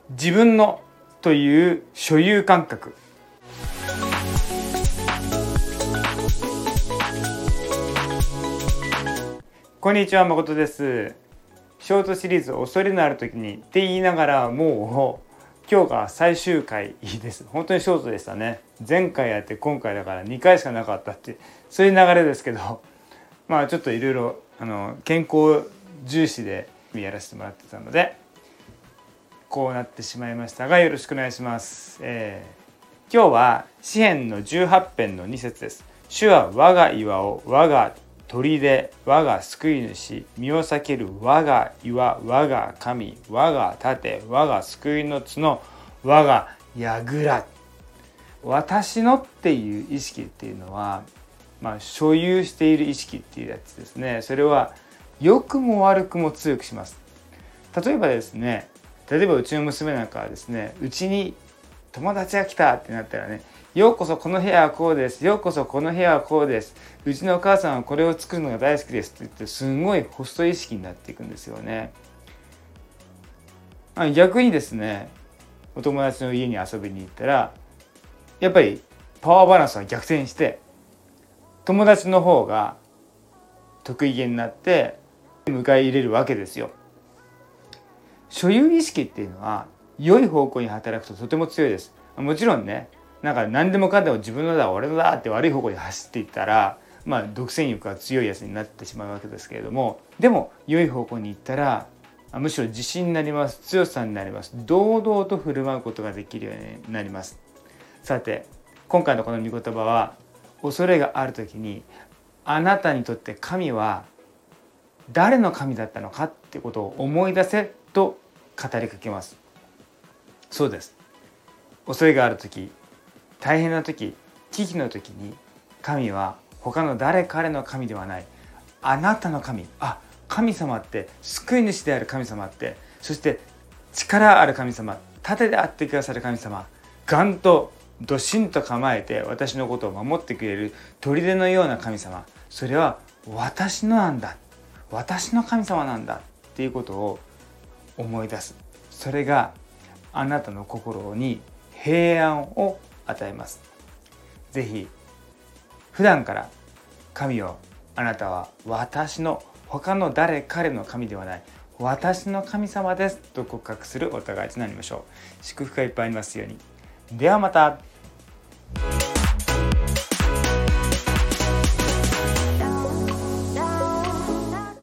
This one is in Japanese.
自分のという所有感覚。こんにちは、誠です。ショートシリーズ恐れのある時にって言いながら、もう今日が最終回です。本当にショートでしたね。前回やって今回だから2回しかなかったって、そういう流れですけど、ちょっといろいろ健康重視でやらせてもらってたのでこうなってしまいましたが、よろしくお願いします。今日は詩編の18編の2節です。主は我が岩を、我が砦、我が救い主、身を避ける我が岩、我が神、我が盾、我が救いの角、我が櫓。私のっていう意識っていうのは、所有している意識っていうやつですね。それは良くも悪くも強くします。例えばですね、うちの娘なんかはですね、うちに友達が来たってなったらね、ようこそこの部屋はこうです、ようこそこの部屋はこうです、うちのお母さんはこれを作るのが大好きですって言って、すんごいホスト意識になっていくんですよね。逆にですね、お友達の家に遊びに行ったら、やっぱりパワーバランスは逆転して、友達の方が得意げになって迎え入れるわけですよ。所有意識っていうのは良い方向に働くととても強いです。もちろんね、何でもかんでも自分のだ俺のだって悪い方向に走っていったら、独占欲が強いやつになってしまうわけですけれども、でも良い方向に行ったらむしろ自信になります。強さになります。堂々と振る舞うことができるようになります。さて、今回のこの御言葉は、恐れがある時にあなたにとって神は誰の神だったのかってことを思い出せと語りかけます。そうです。恐れがある時、大変な時、危機の時に、神は他の誰彼の神ではない、あなたの神。神様って、救い主である神様って、そして力ある神様、盾であってくださる神様、ガンとドシンと構えて私のことを守ってくれる砦のような神様、それは私のなんだ、私の神様なんだっていうことを思い出す。それがあなたの心に平安を与えます。ぜひ普段から神を、あなたは私の、他の誰彼の神ではない、私の神様ですと告白するお互いとなりましょう。祝福がいっぱいありますように。ではまた。